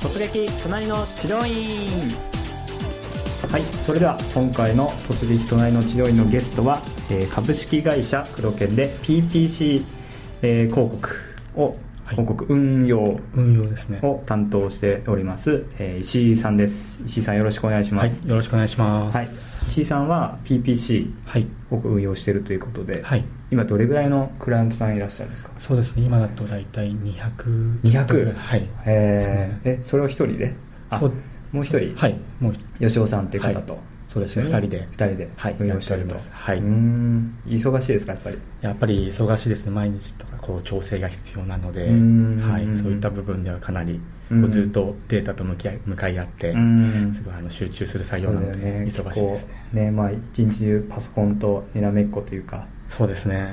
突撃隣の治療院。はい、それでは今回の突撃隣の治療院のゲストは、株式会社工藤研で PPC、広告を広告運用ですねを担当しております、石井さんです。石井さん、よろしくお願いします。 はい、よろしくお願いします。 はい、石井さんは PPC を運用しているということで、 はい、 今どれぐらいのクライアントさんいらっしゃるんですか？ そうですね、今だと大体200。はい、 それを一人で？ そう、 もう一人、 はい、もう吉尾さんっていう方と、 そうですね、2人で運用しております。 はい、 忙しいですか？ やっぱり忙しいですね。毎日とかこう調整が必要なので、はい、そういった部分ではかなりこうずっとデータと向かい合ってすごい集中する作業なので忙しいですね。 まあ一日中パソコンとにらめっこというか、 そうですね、はい、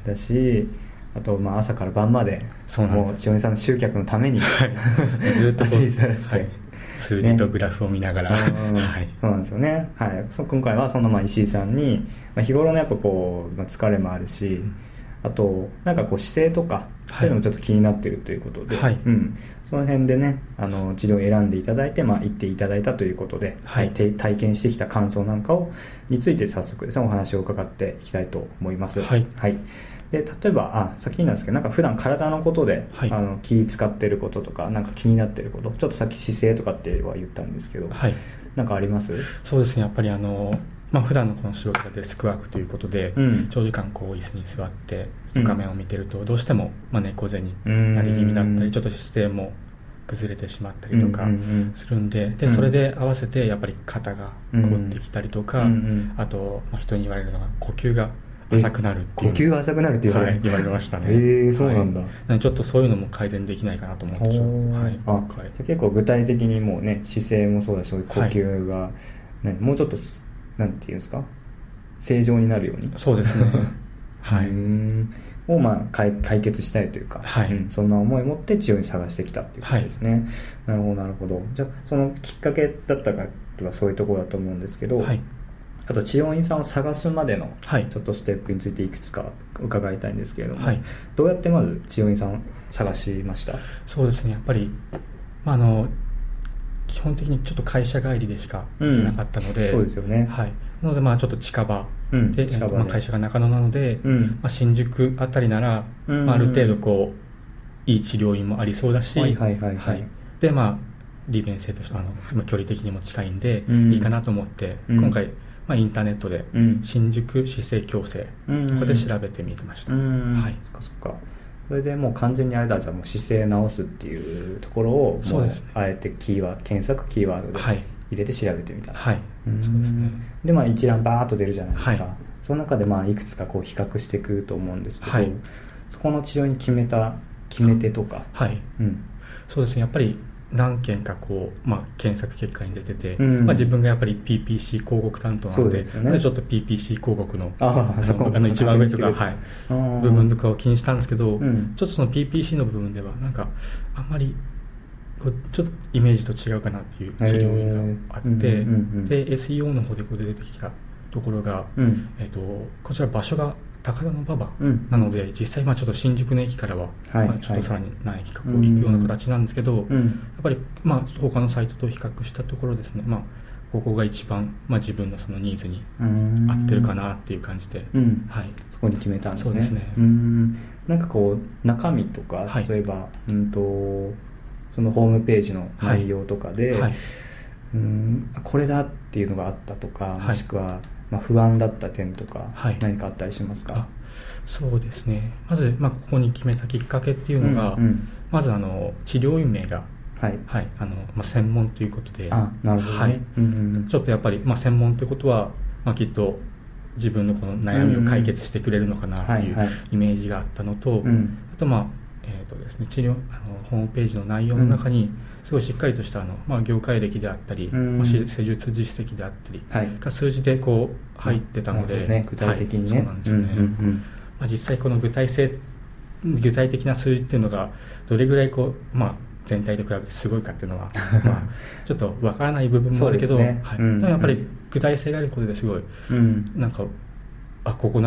だし、あとまあ朝から晩までもう千代美さんの集客のためにずっと走りさらして、 数字とグラフを見ながら、 そうなんですよね。はい、今回はその石井さんに、日頃のやっぱこう、疲れもあるし、あとなんかこう姿勢とかそういうのもちょっと気になっているということで、その辺でね、治療を選んでいただいて、行っていただいたということで、体験してきた感想なんかについて早速ですね、お話を伺っていきたいと思います。で例えば先になんですけど、なんか普段体のことで、気使ってることとか、なんか気になってること、ちょっとさっき姿勢とかっては言ったんですけど、なんかあります？ そうですね、やっぱり普段のこの仕事がデスクワークということで、長時間こう椅子に座って画面を見てるとどうしても猫背になり気味だったり、ちょっと姿勢も崩れてしまったりとかするんで、それで合わせてやっぱり肩が凝ってきたりとか、あと、人に言われるのが呼吸が浅くなるっていう、 呼吸が浅くなるっていう、 言われましたね。 そうなんだ。 ちょっとそういうのも改善できないかなと思って今回結構具体的にもうね、姿勢もそうだし、そういう呼吸が、もうちょっとなんていうんですか、正常になるように、 そうですねを解決したいというか、そんな思いを持って治療に探してきたっていうことですね。なるほど。じゃあそのきっかけだったかはそういうところだと思うんですけど、あと治療院さんを探すまでのちょっとステップについていくつか伺いたいんですけれども、どうやってまず治療院さんを探しました？ そうですね、やっぱり、基本的にちょっと会社帰りでしか行けなかったので、 そうですよね。 なのでちょっと近場で、会社が中野なので、新宿あたりなら、ある程度こういい治療院もありそうだし、で利便性として距離的にも近いんで、いいかなと思って、今回インターネットで新宿姿勢矯正とかで調べてみてました。 そっか。それでもう完全にあれだ、じゃあもう姿勢直すっていうところをもうあえて検索キーワードで入れて調べてみた。 そうですね。 で一覧バーッと出るじゃないですか。その中でいくつかこう比較していくと思うんですけど、そこの治療に決め手とか。 そうですね、やっぱり何件かこう、検索結果に出てて、自分がやっぱり PPC 広告担当なので、ちょっと PPC 広告の一番上とか、部分とかを気にしたんですけど、ちょっとその PPC の部分ではなんかあんまりちょっとイメージと違うかなっていう治療院があって、で SEO の方で出てきたところが、こちら場所が高田馬場なので、実際ちょっと新宿の駅からはちょっとさらに何駅か行くような形なんですけど、やっぱり他のサイトと比較したところですね、ここが一番自分のそのニーズに合ってるかなっていう感じで、 そこに決めたんですね。 そうですね。 なんかこう中身とか、例えばそのホームページの内容とかで、これだっていうのがあったとか、もしくは不安だった点とか、何かあったりしますか？ そうですね、まず、ここに決めたきっかけっていうのが、まず治療院名が、専門ということで、 なるほどね。 ちょっとやっぱり、専門ということは、きっと自分のこの悩みを解決してくれるのかなっていうイメージがあったのと、あとですね、治療ホームページの内容の中にすごいしっかりとした業界歴であったり、施術実績であったりが数字でこう入ってたので、 具体的にね。 そうなんですよね。実際この具体的な数字っていうのがどれぐらいこう、全体と比べてすごいかっていうのはちょっとわからない部分もあるけど、でもやっぱり具体性があることですごい、なんかここなら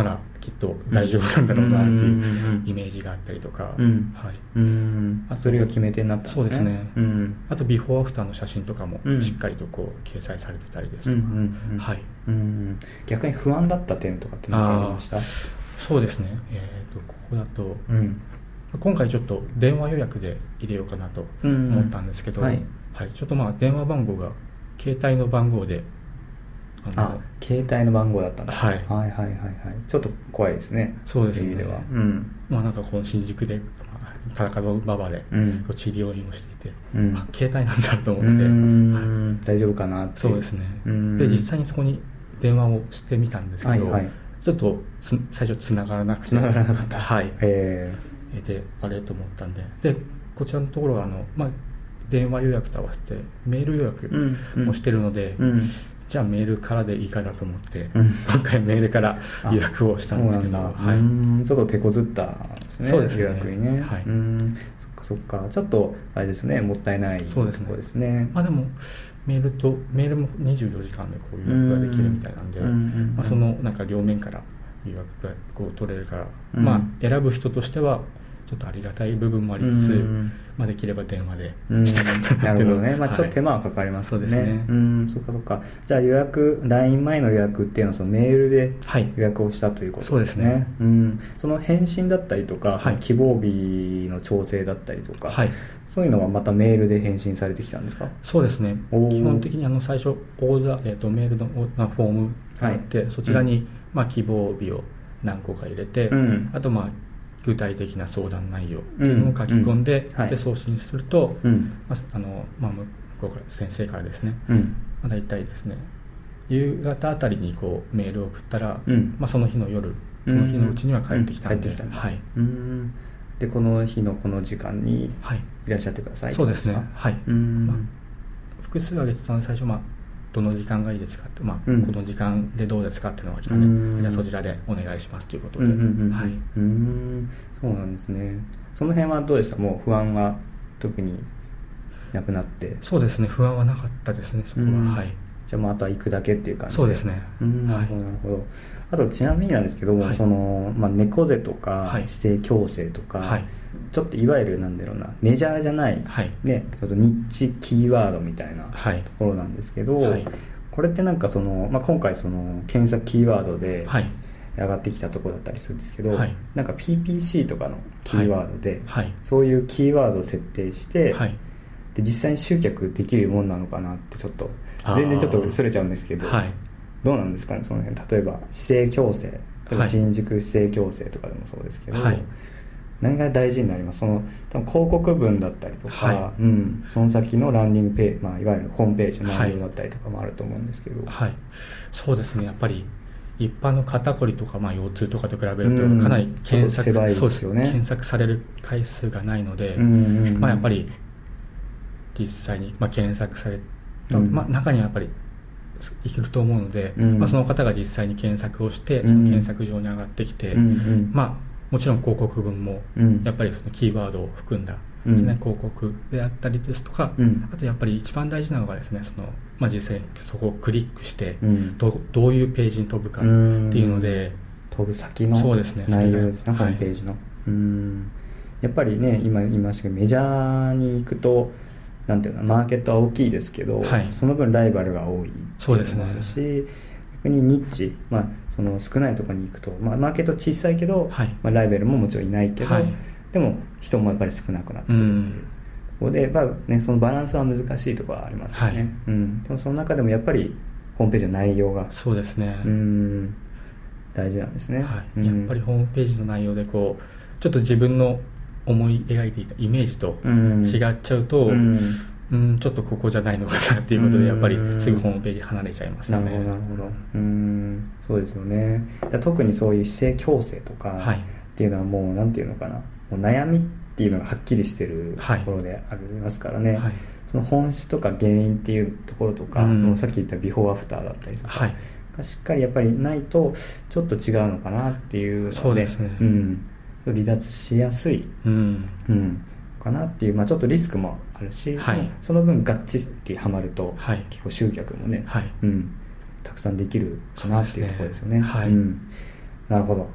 きっと大丈夫なんだろうなっていうイメージがあったりとか、はい、 あそれが決め手になったんですね。 そうですね、あとビフォーアフターの写真とかもしっかりとこう掲載されてたりですとか、はい、 逆に不安だった点とかって何かありました？ そうですね、ここだと、今回ちょっと電話予約で入れようかなと思ったんですけど、はい、ちょっと電話番号が携帯の番号で、 携帯の番号だったんだ。 はいはいはいはいはい。ちょっと怖いですね。 そうですね。 そういう意味では。 なんかこの新宿で、田中の馬場で治療院をしていて、携帯なんだと思って、 大丈夫かなって。 そうですね。で実際にそこに電話をしてみたんですけど、ちょっと最初繋がらなくて。 繋がらなかった。 はい。であれと思ったんで、こちらのところは電話予約と合わせてメール予約もしてるので。じゃあメールからでいいかなと思って、今回メールから予約をしたんですけど、ちょっと手こずったんですね。 そうですね、 予約にね。はい、そっかちょっとあれですね、もったいないところですね。 でもメールも24時間でこう予約ができるみたいなんで、そのなんか両面から予約がこう取れるから、選ぶ人としてはちょっとありがたい部分もありつつ、できれば電話でしたかったなるほどね。ちょっと手間はかかりますね。そうですね。そっかそっか。じゃあ予約、LINE 前の予約っていうのはそのメールで予約をしたということですね。そうですね。その返信だったりとか、希望日の調整だったりとか、そういうのはまたメールで返信されてきたんですか？ そうですね。基本的に最初オーダー、メールのフォームがあって、そちらに希望日を何個か入れて、あと具体的な相談内容っていうのを書き込んで、で送信すると、向こうから先生からですね、大体ですね夕方あたりにこうメールを送ったら、その日の夜、その日のうちには帰ってきたんで、 でこの日のこの時間にいらっしゃってください。 そうですね。はい。複数挙げてたので最初どの時間がいいですかって、この時間でどうですかっていうのが来たので、じゃあそちらでお願いしますということで、 そうなんですね。その辺はどうでした？もう不安は特になくなって。 そうですね、不安はなかったですね、そこは。 じゃああとは行くだけっていう感じで。 そうですね。 なるほどなるほど。あとちなみになんですけども、その猫背とか姿勢矯正とか、ちょっといわゆるなんだろうな、メジャーじゃない、ね、ちょっとニッチキーワードみたいなところなんですけど、これってなんかその、今回その検索キーワードで上がってきたところだったりするんですけど、なんか PPC とかのキーワードで、そういうキーワードを設定して、で実際に集客できるもんなのかなってちょっと全然ちょっとそれちゃうんですけど、どうなんですかね、その辺。例えば姿勢矯正、例えば新宿姿勢矯正とかでもそうですけど、何が大事になります？その多分広告文だったりとか、その先のランディングページ、いわゆるホームページの内容だったりとかもあると思うんですけど、 そうですね。やっぱり一般の肩こりとか、腰痛とかと比べるとかなり検索、検索される回数がないので、やっぱり実際に、検索された、中にはやっぱりいけると思うので、その方が実際に検索をしてその検索上に上がってきて、もちろん広告文もやっぱりそのキーワードを含んだですね、広告であったりですとか、あとやっぱり一番大事なのがですね、その実際にそこをクリックしてどういうページに飛ぶかっていうので、 飛ぶ先の内容ですね、ホームページの。やっぱりね、今言いましたけど、メジャーに行くとなんていうの、マーケットは大きいですけど、その分ライバルが多いっていうのもあるし、逆にニッチ、その少ないところに行くと、マーケット小さいけど、ライバルももちろんいないけど、でも人もやっぱり少なくなってくるっていうところで、そのバランスは難しいところはありますよね。でもその中でもやっぱりホームページの内容がそうですね、 大事なんですね。 やっぱりホームページの内容でこうちょっと自分の思い描いていたイメージと違っちゃうと、ちょっとここじゃないのかなっていうことで、やっぱりすぐホームページ離れちゃいますよね。 なるほど。そうですよね。特にそういう姿勢矯正とかっていうのはもうなんていうのかな、もう悩みっていうのがはっきりしてるところでありますからね。その本質とか原因っていうところとか、さっき言ったビフォーアフターだったりとかがしっかりやっぱりないとちょっと違うのかなっていうので、 そうですね。 離脱しやすい、かなっていう、ちょっとリスクもあるし、その分がっちりはまると、結構集客もね、たくさんできるかなっていうところですよね。なるほど。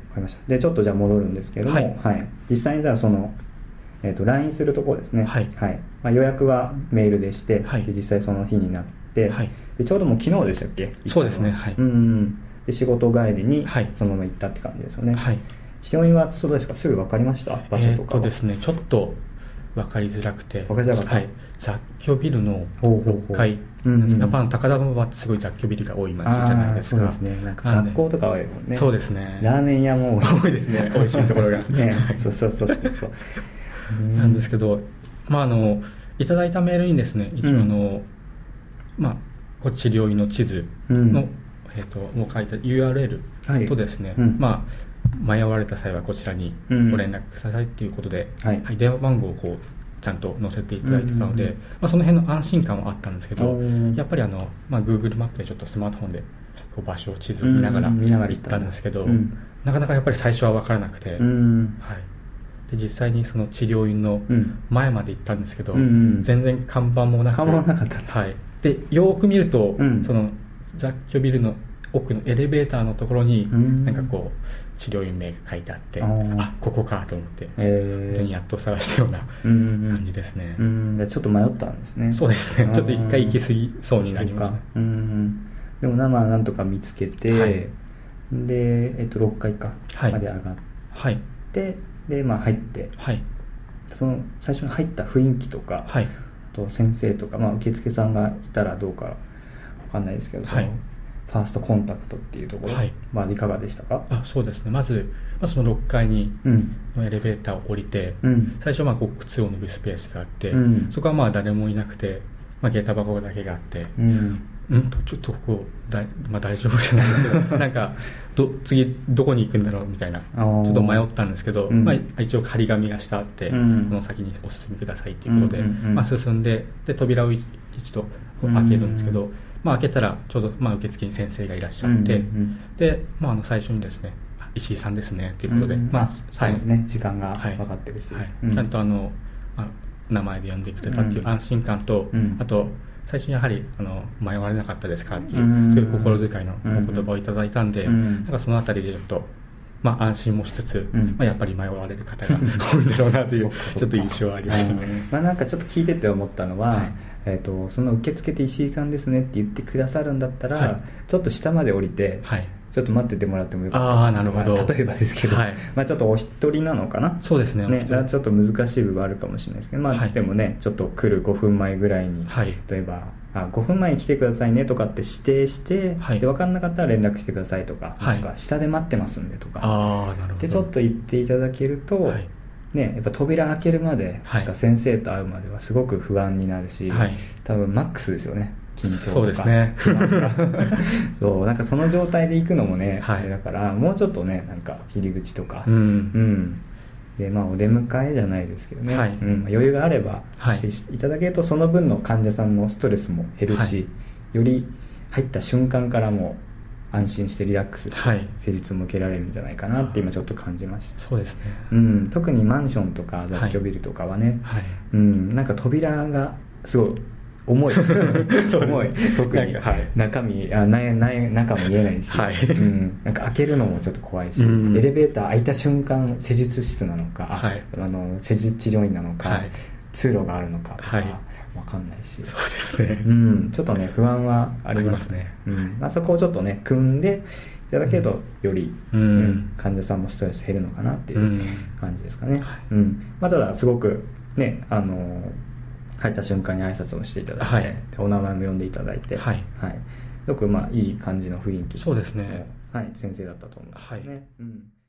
かりました。でちょっとじゃあ戻るんですけども、はいはい、実際にじゃあその、LINE するところですね、はいはい、まあ、予約はメールでして、はい、で実際その日になって、はい、でちょうどもう昨日でしたっけ？ そうですね、はい、 で仕事帰りにそのまま行ったって感じですよね。はい、治療院はそうですか、すぐ分かりました？場所とかは。 ですね、ちょっと分かりづらくて、 分かりづらかった、 はい、雑居ビルの6階、やっぱ高田馬場ってすごい雑居ビルが多い街じゃないですか。 そうですね、なんか学校とか多いもんね。 そうですね、 ラーメン屋も多いですね、美味しいところがね、そうそうそうそうなんですけど、まあ、いただいたメールにですね、一応まあ、治療院の地図の、もう書いた URL とですね、まあ迷われた際はこちらにご連絡くださいということで、はいはい、電話番号をこうちゃんと載せていただいてたので、まあ、その辺の安心感はあったんですけど、やっぱりまあ、Google マップでちょっとスマートフォンでこう場所地図を見ながら行ったんですけど、なかなかやっぱり最初は分からなくて、はい、で実際にその治療院の前まで行ったんですけど、全然看板もなく、はい、でよく見ると、その雑居ビルの奥のエレベーターのところになんかこう治療院名が書いてあって、あ、ここかと思って、本当にやっと探したような感じですね。 ちょっと迷ったんですね。 そうですね、ちょっと一回行き過ぎそうになりました。 でもまあなんとか見つけて、はい、で、6階か、まで上がって、はい、で、まあ、入って、はい、その最初に入った雰囲気とか、はい、と先生とか、まあ、受付さんがいたらどうかわかんないですけど、はい、ファーストコンタクトっていうところ、はい、まあ、いかがでしたか？ そうですね、まずその6階にのエレベーターを降りて、最初こう靴を脱ぐスペースがあって、そこはまあ誰もいなくて、まあ、下駄箱だけがあって、ちょっとこうまあ、大丈夫じゃないですけどなんか次どこに行くんだろうみたいなちょっと迷ったんですけど、まあ、一応張り紙がしてあって、この先にお進みくださいということで、まあ、進んで扉を一度開けるんですけど、まあ、開けたらちょうど、まあ、受付に先生がいらっしゃって、で、まあ、最初にですね、石井さんですねということで、まあはいね、時間が分かってるし、 ちゃんとまあ、名前で呼んでくれたっていう安心感と、あと最初にやはり迷われなかったですかっていうそういう心遣いのお言葉をいただいたんで、なんかそのあたりでちょっと、まあ、安心もしつつ、まあ、やっぱり迷われる方が多いんだろうなというちょっと印象はありましたね。 まあ、なんかちょっと聞いてて思ったのは、その受付で石井さんですねって言ってくださるんだったら、ちょっと下まで降りて、ちょっと待っててもらってもよかった。 なるほど。 例えばですけど、まあ、ちょっとお一人なのかな。 そうですね。 ちょっと難しい部分はあるかもしれないですけど、まあ、でもね、ちょっと来る5分前ぐらいに、例えば5分前に来てくださいねとかって指定して、で分かんなかったら連絡してくださいとか、もしくは下で待ってますんでとか、でちょっと言っていただけると、ね、やっぱ扉開けるまで、確か先生と会うまではすごく不安になるし、多分マックスですよね、緊張とか。 そうですね。 そう、なんかその状態で行くのもね、だからもうちょっとね、なんか入り口とか、でまあ、お出迎えじゃないですけどね、余裕があればしていただけると、その分の患者さんのストレスも減るし、より入った瞬間からも安心してリラックスして施術も受けられるんじゃないかなって今ちょっと感じました。 そうですね、 特にマンションとか雑居ビルとかはね、なんか扉がすごい重い重い、特に中身中も見えないし、なんか開けるのもちょっと怖いし、エレベーター開いた瞬間施術室なのか、施術治療院なのか、通路があるのかとか分かんないし、 そうですね、 ちょっとね不安はありますね。そこをちょっとね組んでいただけるとより患者さんもストレス減るのかなっていう感じですかね。ただすごくね、入った瞬間に挨拶をしていただいて、お名前も呼んでいただいて、よくまあいい感じの雰囲気、 そうですね、 先生だったと思うんですね。